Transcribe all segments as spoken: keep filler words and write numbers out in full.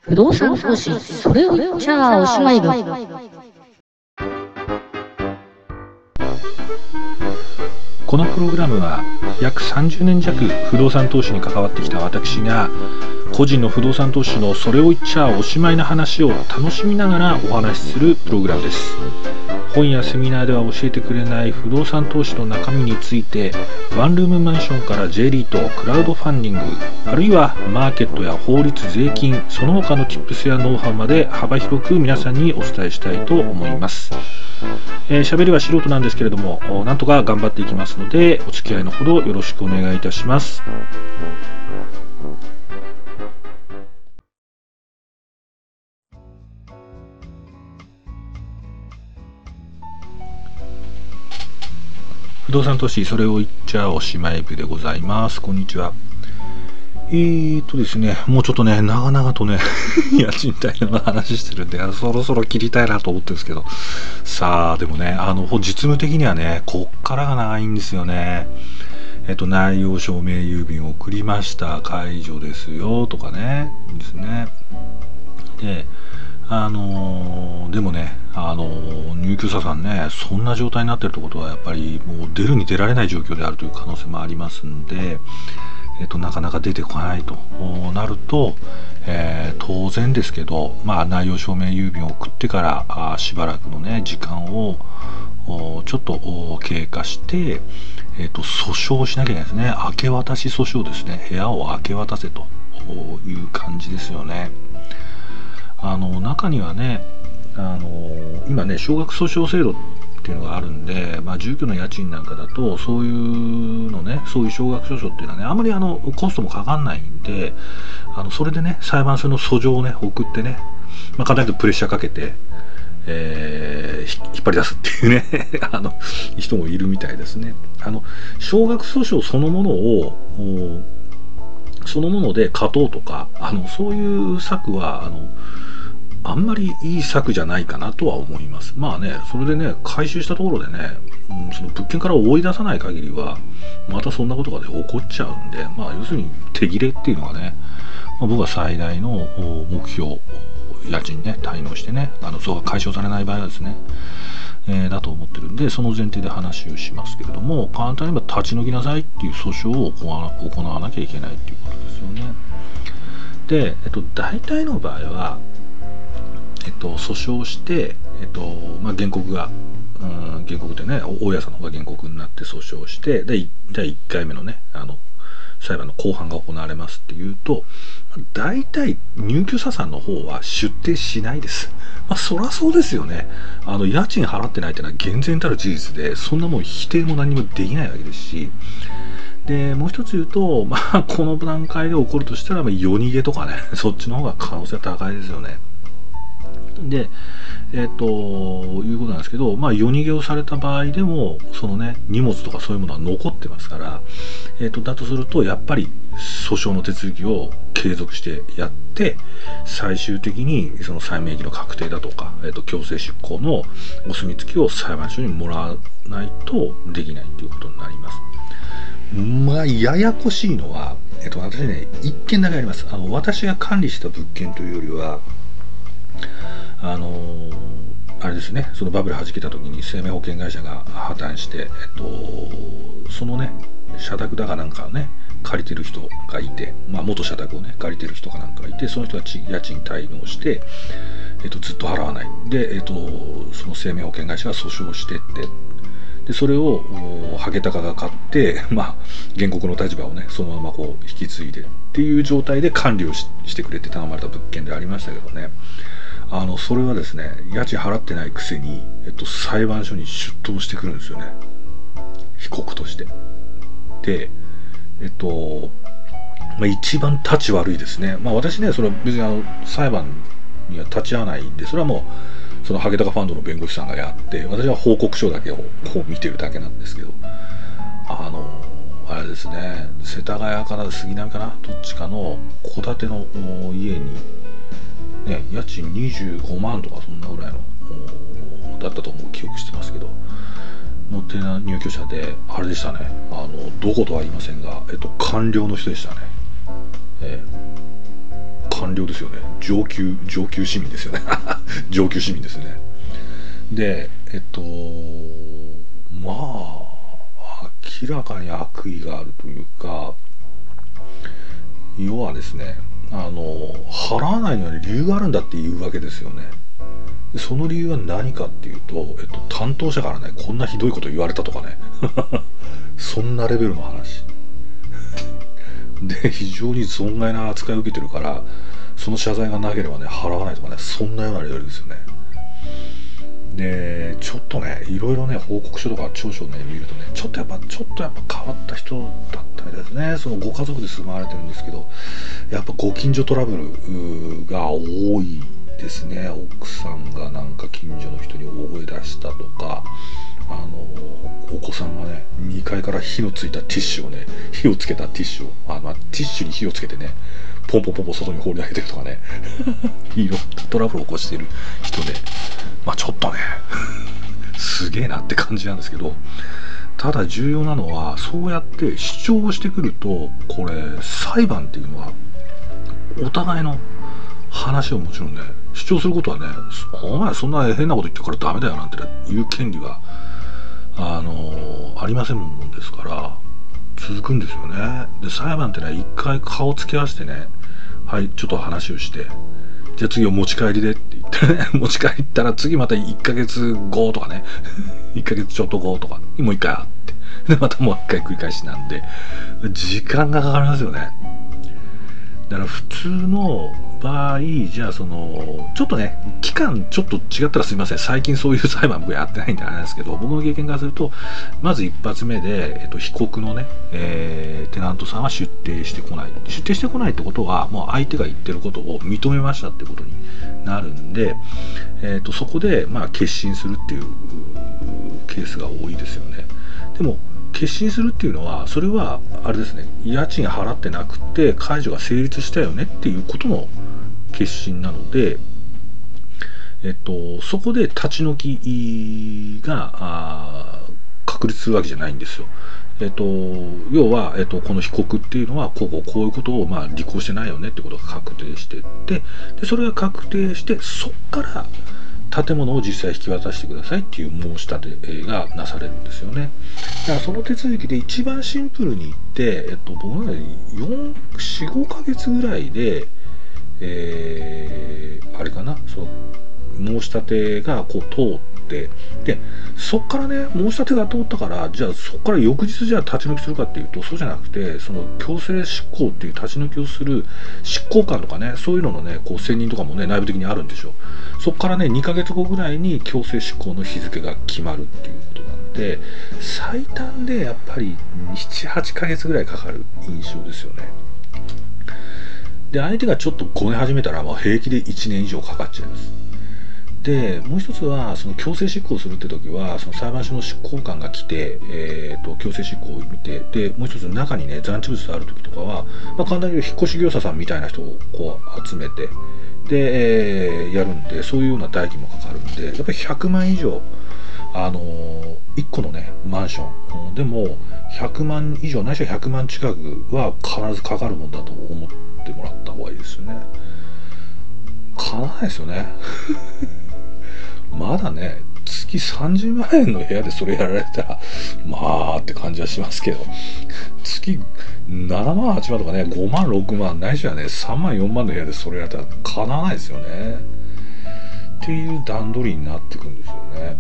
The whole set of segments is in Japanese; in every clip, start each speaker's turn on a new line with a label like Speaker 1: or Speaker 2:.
Speaker 1: 不動産投資、それを言っちゃおしまい部。
Speaker 2: このプログラムは約さんじゅうねん弱不動産投資に関わってきた私が個人の不動産投資のそれを言っちゃおしまいな話を楽しみながらお話しするプログラムです。本やセミナーでは教えてくれない不動産投資の中身についてワンルームマンションから J リート、クラウドファンディング、あるいはマーケットや法律、税金、その他の Tips やノウハウまで幅広く皆さんにお伝えしたいと思います。えー、喋りは素人なんですけれども、なんとか頑張っていきますのでお付き合いのほどよろしくお願いいたします。不動産投資、それを言っちゃおしまい部でございます。こんにちは。えーとですね、もうちょっとね、長々とね、家賃帯の話してるんで、そろそろ切りたいなと思ってるんですけど、さあ、でもね、あの、実務的にはね、こっからが長いんですよね。えっと、内容証明郵便を送りました、解除ですよ、とかね、ですね。で、あのー、でもね、あのー、入居者さんね、そんな状態になってるってことは、やっぱりもう出るに出られない状況であるという可能性もありますんで、えっと、なかなか出てこないとなると、えー、当然ですけど、まあ、内容証明郵便を送ってからあしばらくのね、時間をちょっと経過して、えっと、訴訟をしなきゃいけないですね。明け渡し訴訟ですね。部屋を明け渡せという感じですよね。あの中にはね、あの今ね、少額訴訟制度っていうのがあるんで、まあ、住居の家賃なんかだとそういうのね、そういう少額訴訟っていうのはね、あまりあのコストもかかんないんで、あのそれでね、裁判所の訴状をね送ってね、まあ、簡単に言うとプレッシャーかけて、えー、引っ張り出すっていうねあの人もいるみたいですね。あの少額訴訟そのものをそのもので勝とうとか、あのそういう策はあのあんまりいい策じゃないかなとは思います。まあね、それでね、回収したところでね、うん、その物件から追い出さない限りは、またそんなことがね、起こっちゃうんで、まあ要するに手切れっていうのがね、まあ、僕は最大の目標、家賃ね、滞納してね、あの、そこが解消されない場合はですね、えー、だと思ってるんで、その前提で話をしますけれども、簡単に言えば立ち退きなさいっていう訴訟を行わ行わなきゃいけないっていうことですよね。で、えっと、大体の場合は、えっと、訴訟して、えっとまあ、原告が、うん、原告ってね、大家さんの方が原告になって訴訟して、でだいいっかいめのね、あの裁判の公判が行われますっていうと、大体入居者さんの方は出廷しないです。まあ、そりゃそうですよね。あの家賃払ってないっていうのは厳然たる事実で、そんなもん否定も何もできないわけですし、でもう一つ言うと、まあ、この段階で起こるとしたら、まあ、夜逃げとかね、そっちの方が可能性は高いですよね。で、えっと、いうことなんですけど、まあ、夜逃げをされた場合でも、そのね、荷物とかそういうものは残ってますから、えっと、だとすると、やっぱり訴訟の手続きを継続してやって、最終的にその債務益の確定だとか、えっと、強制執行のお墨付きを裁判所にもらわないとできないということになります。まあ、ややこしいのは、えっと、私ね、一件だけあります。あの、私が管理した物件というよりは、あのー、あれですね、そのバブル弾けた時に生命保険会社が破綻して、えっと、そのね、社宅だかなんかをね、借りてる人がいて、まあ、元社宅をね、借りてる人かなんかがいて、その人が家賃滞納して、えっと、ずっと払わない。で、えっと、その生命保険会社が訴訟してって、でそれをハゲタカが買って、まあ、原告の立場をね、そのままこう引き継いでっていう状態で管理を し, してくれって頼まれた物件でありましたけどね、あのそれはですね、家賃払ってないくせに、えっと、裁判所に出頭してくるんですよね、被告として。で、えっと、まあ、一番立ち悪いですね。まあ私ね、それは別にあの裁判には立ち会わないんで、それはもうそのハゲタカファンドの弁護士さんがやって、私は報告書だけをこう見てるだけなんですけど、あのあれですね、世田谷から杉並かな、どっちかの戸建ての家にね、家賃にじゅうごまんとかそんなぐらいのだったと思う記憶してますけど、の手な入居者で、あれでしたね、あのどことは言いませんが、えっと官僚の人でしたね。えー、官僚用ですよね。上級上級市民ですよね。上級市民ですね。でえっとまあ明らかに悪意があるというか、要はですね、あの払わないのに理由があるんだっていうわけですよね。その理由は何かっていうと、えっと、担当者からね、こんなひどいこと言われたとかね。そんなレベルの話。で、非常に損害な扱いを受けてるから、その謝罪がなければね、払わないとかね、そんなようなレベルですよね。で、ちょっとね、いろいろね、報告書とか調書をね、見るとね、ちょっとやっぱ、ちょっとやっぱ変わった人だったりですね。そのご家族で住まわれてるんですけど、やっぱご近所トラブルが多いですね。奥さんがなんか近所の人に大声出したとか、あのお子さんがねにかいから火のついたティッシュをね火をつけたティッシュをあ、まあ、ティッシュに火をつけてねポンポンポンポン外に放り上げてるとかねいろんなトラブルを起こしている人で、まあちょっとねすげえなって感じなんですけど、ただ重要なのはそうやって主張をしてくると、これ裁判っていうのはお互いの話をもちろんね主張することはね、お前そんな変なこと言ってからダメだよなんて言う権利があのー、ありませんもんですから続くんですよね。で裁判ってね一回顔つき合わせてね、はいちょっと話をして、じゃあ次を持ち帰りでって言ってね持ち帰ったら次またいっかげつごとかねいっかげつちょっとごとかもう一回あってでまたもう一回繰り返しなんで時間がかかりますよね。だから普通の場合、じゃあそのちょっとね期間ちょっと違ったらすいません、最近そういう裁判僕やってないんであれなんですけど、僕の経験からするとまず一発目で、えっと、被告のね、えー、テナントさんは出廷してこない出廷してこないってことはもう相手が言ってることを認めましたってことになるんで、えっと、そこでまあ結審するっていうケースが多いですよね。でも結審するっていうのはそれはあれですね、家賃払ってなくて解除が成立したよねっていうことの結審なので、えっと、そこで立ち退きが確立するわけじゃないんですよ。えっと、要は、えっと、この被告っていうのはこうこうこういうことをまあ履行してないよねってことが確定してってでそれが確定してそっから建物を実際引き渡してくださいっていう申し立てがなされるんですよね。だからその手続きで一番シンプルに言って、えっと、僕の中でよん、よん、ごかげつぐらいで、えー、あれかな、その申し立てがこう通ってでそっからね申し立てが通ったからじゃあそっから翌日じゃあ立ち退きするかっていうとそうじゃなくて、その強制執行っていう立ち退きをする執行官とかねそういうののねこう選任とかもね内部的にあるんでしょ。そっからねにかげつごぐらいに強制執行の日付が決まるっていうことなんで最短でやっぱりなな、はちかげつぐらいかかる印象ですよね。で相手がちょっとごね始めたらもう平気でいちねん以上かかっちゃいます。でもう一つはその強制執行するって時はその裁判所の執行官が来て、えー、と強制執行を見てでもう一つ中にね残地物がある時とかは、まあ、簡単に言う引っ越し業者さんみたいな人をこう集めてで、えー、やるんでそういうような代金もかかるんでやっぱりひゃくまん以上あのー、いっこのねマンション、うん、でもひゃくまん以上ないしはひゃくまん近くは必ずかかるもんだと思ってもらった方がいいですよね。かなわないですよねまだね月さんじゅうまんえんの部屋でそれやられたらまあって感じはしますけど月ななまんはちまんとかねごまんろくまんないしはねさんまんよんまんの部屋でそれやられたらかなわないですよねっていう段取りになってくんですよね。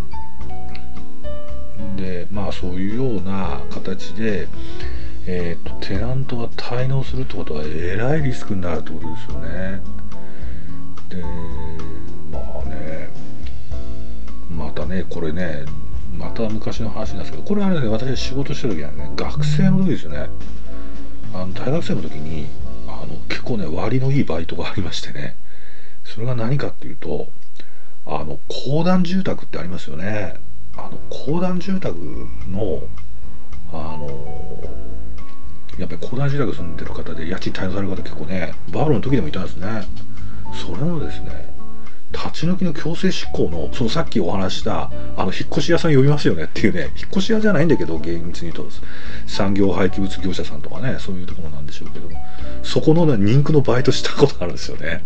Speaker 2: でまあそういうような形で、えー、とテナントが滞納するってことはえらいリスクになるってことですよね。でまあねまたねこれねまた昔の話なんですけどこれはね私が仕事してる時はね学生の時ですよね。あの大学生の時にあの結構ね割のいいバイトがありましてね、それが何かっていうとあの公団住宅ってありますよね。あの公団住宅のあのやっぱり公団住宅住んでる方で家賃滞納される方結構ねバブルの時でもいたんですね。それのですね立ち退きの強制執行のそのさっきお話したあの引っ越し屋さん呼びますよねっていうね、引っ越し屋じゃないんだけど厳密に言うと産業廃棄物業者さんとかね、そういうところなんでしょうけども、そこの、ね、人気のバイトしたことあるんですよね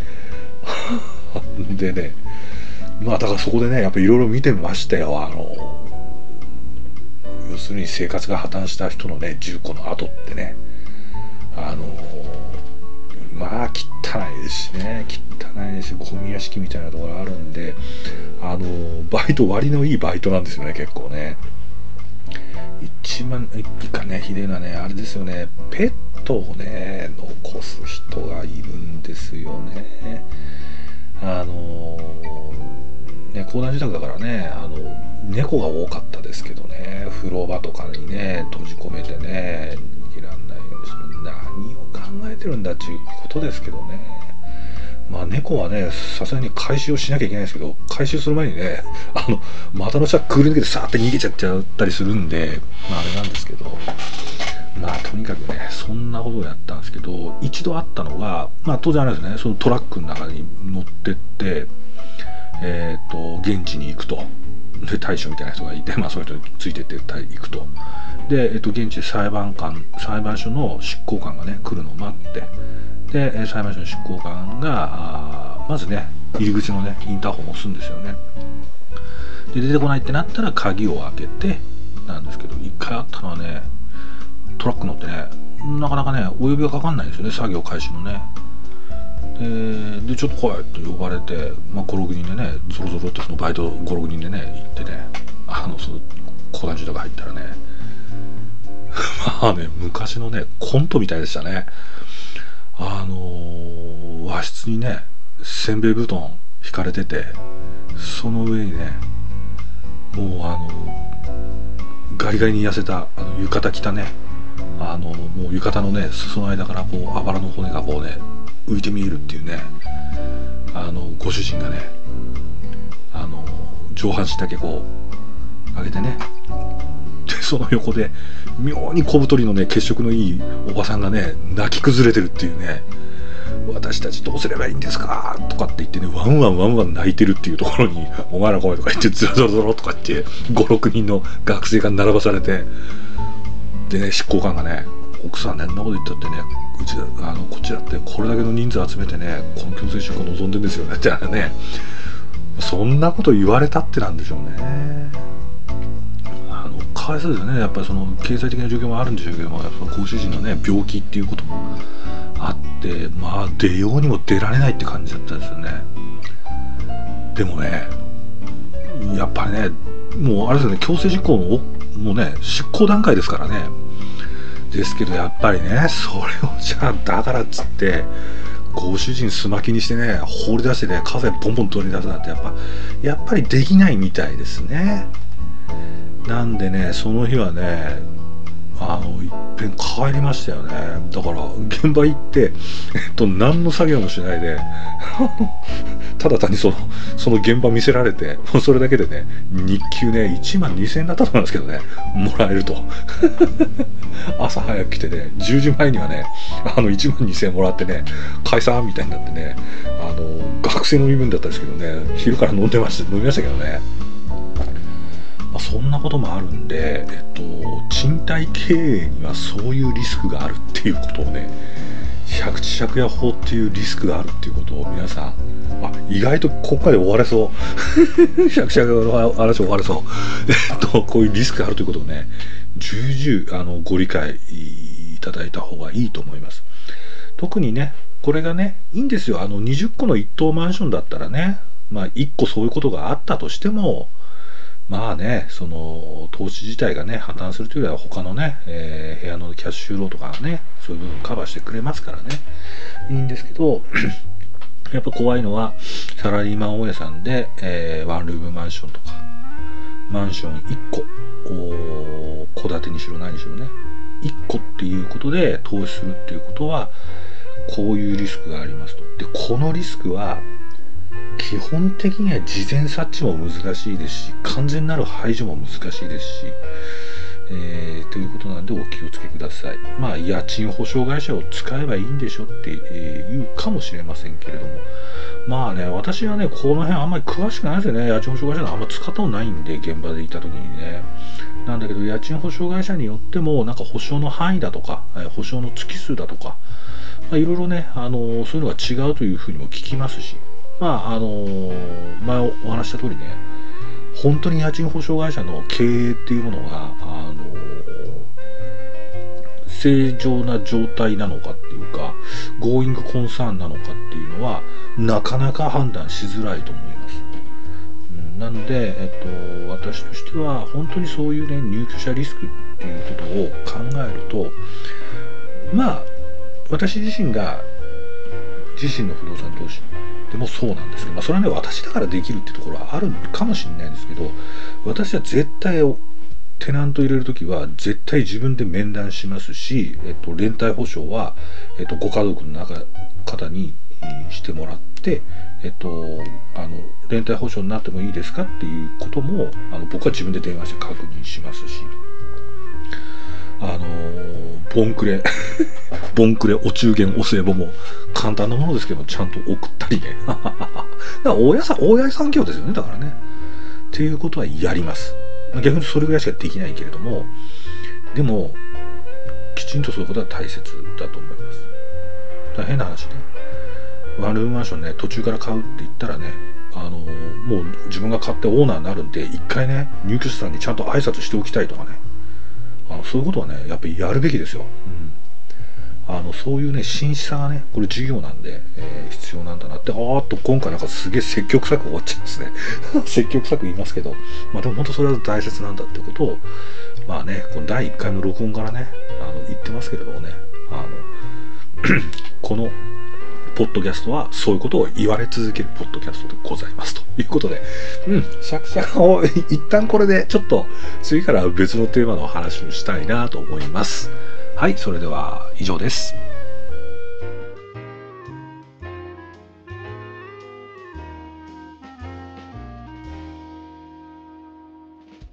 Speaker 2: でね、まあだからそこでねやっぱいろいろ見てましたよ。あの要するに生活が破綻した人のね住戸の跡ってね、あのまあ汚いですしね、汚いですしゴミ屋敷みたいなところがあるんで、あのバイト割のいいバイトなんですよね結構ね。一番いいかねひでえなねあれですよね、ペットをね残す人がいるんですよね。あのね公団住宅だからね、あの猫が多かったですけどね、風呂場とかにね閉じ込めてね逃げらんないようにする、何を考えてるんだっていうことですけどね。まあ猫はねさすがに回収をしなきゃいけないですけど、回収する前にねあの股の下くぐり抜けてさーって逃げちゃっちゃったりするんで、まああれなんですけど、まあとにかくねそんなことをやったんですけど、一度あったのが、まあ当然あれですね、そのトラックの中に乗ってってえっと現地に行くと、で大将みたいな人がいて、まあその人についてって行くと、で、えっと、現地で裁判官裁判所の執行官がね来るのを待って、で裁判所の執行官がまずね入り口のねインターホンを押すんですよね。で出てこないってなったら鍵を開けてなんですけど、一回あったのはね、トラック乗ってねなかなかねお呼びがかかんないんですよね、作業開始のね。で, でちょっと来いと呼ばれて、まあ、ごろくにんでねゾロゾロってそのバイトごろくにんでね行ってね、あのその公団住宅入ったらねまあね昔のねコントみたいでしたね。あのー、和室にねせんべい布団引かれてて、その上にねもうあのガリガリに痩せたあの浴衣着たね、あのもう浴衣のね裾の間からこうあばらの骨がこうね浮いて見えるっていうね、あのご主人がねあの上半身だけこう上げてね、でその横で妙に小太りのね血色のいいおばさんがね泣き崩れてるっていうね、私たちどうすればいいんですかとかって言ってねワンワンワンワン泣いてるっていうところにお前ら来いとか言ってズラズラズラとか言ってごろくにんの学生が並ばされて、でね執行官がね奥さんねんなこと言ったってねうちあのこっちだってこれだけの人数集めてねこの強制執行望んでんですよねってね、そんなこと言われたってなんでしょうね。あのかわいそうですよね、やっぱりその経済的な状況もあるんでしょうけども、やっぱご主人のね病気っていうこともあってまあ出ようにも出られないって感じだったんですよね。でもねやっぱりねもうあれですよね、強制執行のもうね執行段階ですからね。ですけどやっぱりねそれをじゃあだからっつってご主人すまきにしてね放り出してね風ボンボン取り出すなんてやっぱやっぱりできないみたいですね。なんでねその日はねあのいっぺん帰りましたよね。だから現場行ってえっと何の作業もしないでただ単にそのその現場見せられて、もうそれだけでね日給ねいちまんにせんえんだったと思うんですけどねもらえると朝早く来てねじゅうじまえにはねあのいちまんにせんえんもらってね解散みたいになってね、あの学生の身分だったんですけどね昼から飲んでました飲みましたけどね。まあ、そんなこともあるんで、えっと、賃貸経営にはそういうリスクがあるっていうことをね、借地借家法っていうリスクがあるっていうことを皆さん、あ、意外とここまで終われそう借地借家の話終われそうえっとこういうリスクがあるということをね重々あのご理解いただいた方がいいと思います。特にねこれがねいいんですよ、あのにじゅっこの一棟マンションだったらね、まあいっこそういうことがあったとしてもまあねその投資自体がね破綻するというよりは他のね、えー、部屋のキャッシュフローとかねそういう部分カバーしてくれますからねいいんですけどやっぱ怖いのはサラリーマン大家さんで、えー、ワンルームマンションとかマンションいっこ戸建てにしろ何にしろねいっこっていうことで投資するっていうことはこういうリスクがありますと。でこのリスクは基本的には事前察知も難しいですし完全なる排除も難しいですし、 えー、ということなんでお気をつけください。まあ家賃保証会社を使えばいいんでしょって、えー、言うかもしれませんけれども、まあね、私はねこの辺あんまり詳しくないですよね。家賃保証会社のあんま使ったことないんで、現場でいた時にね。なんだけど家賃保証会社によってもなんか保証の範囲だとか、えー、保証の月数だとか、まあ、いろいろね、あのー、そういうのが違うというふうにも聞きますし、まああのー、前お話した通りね、本当に家賃保証会社の経営っていうものが、あの正常な状態なのかっていうか、ゴーイングコンサーンなのかっていうのはなかなか判断しづらいと思います。うん、なので、えっと、私としては本当にそういうね入居者リスクっていうことを考えると、まあ私自身が自身の不動産投資でもそうなんですけど、まあ、それはね私だからできるってところはあるかもしれないんですけど、私は絶対テナント入れるときは絶対自分で面談しますし、えっと、連帯保証は、えっと、ご家族の中方にしてもらって、えっと、あの連帯保証になってもいいですかっていうこともあの僕は自分で電話して確認しますし、あのー、ボンクレボンクレお中元お歳暮も簡単なものですけどちゃんと送ったりねだから大家さん大家産業ですよね。だからねっていうことはやります。逆にそれぐらいしかできないけれども、でもきちんとそういうことは大切だと思います。大変な話ね、ワンルームマンションね途中から買うって言ったらね、あのー、もう自分が買ってオーナーになるんで一回ね入居者さんにちゃんと挨拶しておきたいとかね、あのそういうことはねやっぱりやるべきですよ。うん、あのそういうね真摯さがねこれ授業なんで、えー、必要なんだなって。あーっと今回なんかすげえ積極臭く終わっちゃうんですね積極臭く言いますけど、まあでも本当それは大切なんだってことをまあねこのだいいっかいの録音からねあの言ってますけれどもね、あのこのポッドキャストはそういうことを言われ続けるポッドキャストでございますということで、うん、シャクシャクを一旦これでちょっと次から別のテーマの話をしたいなと思います。はい、それでは以上です。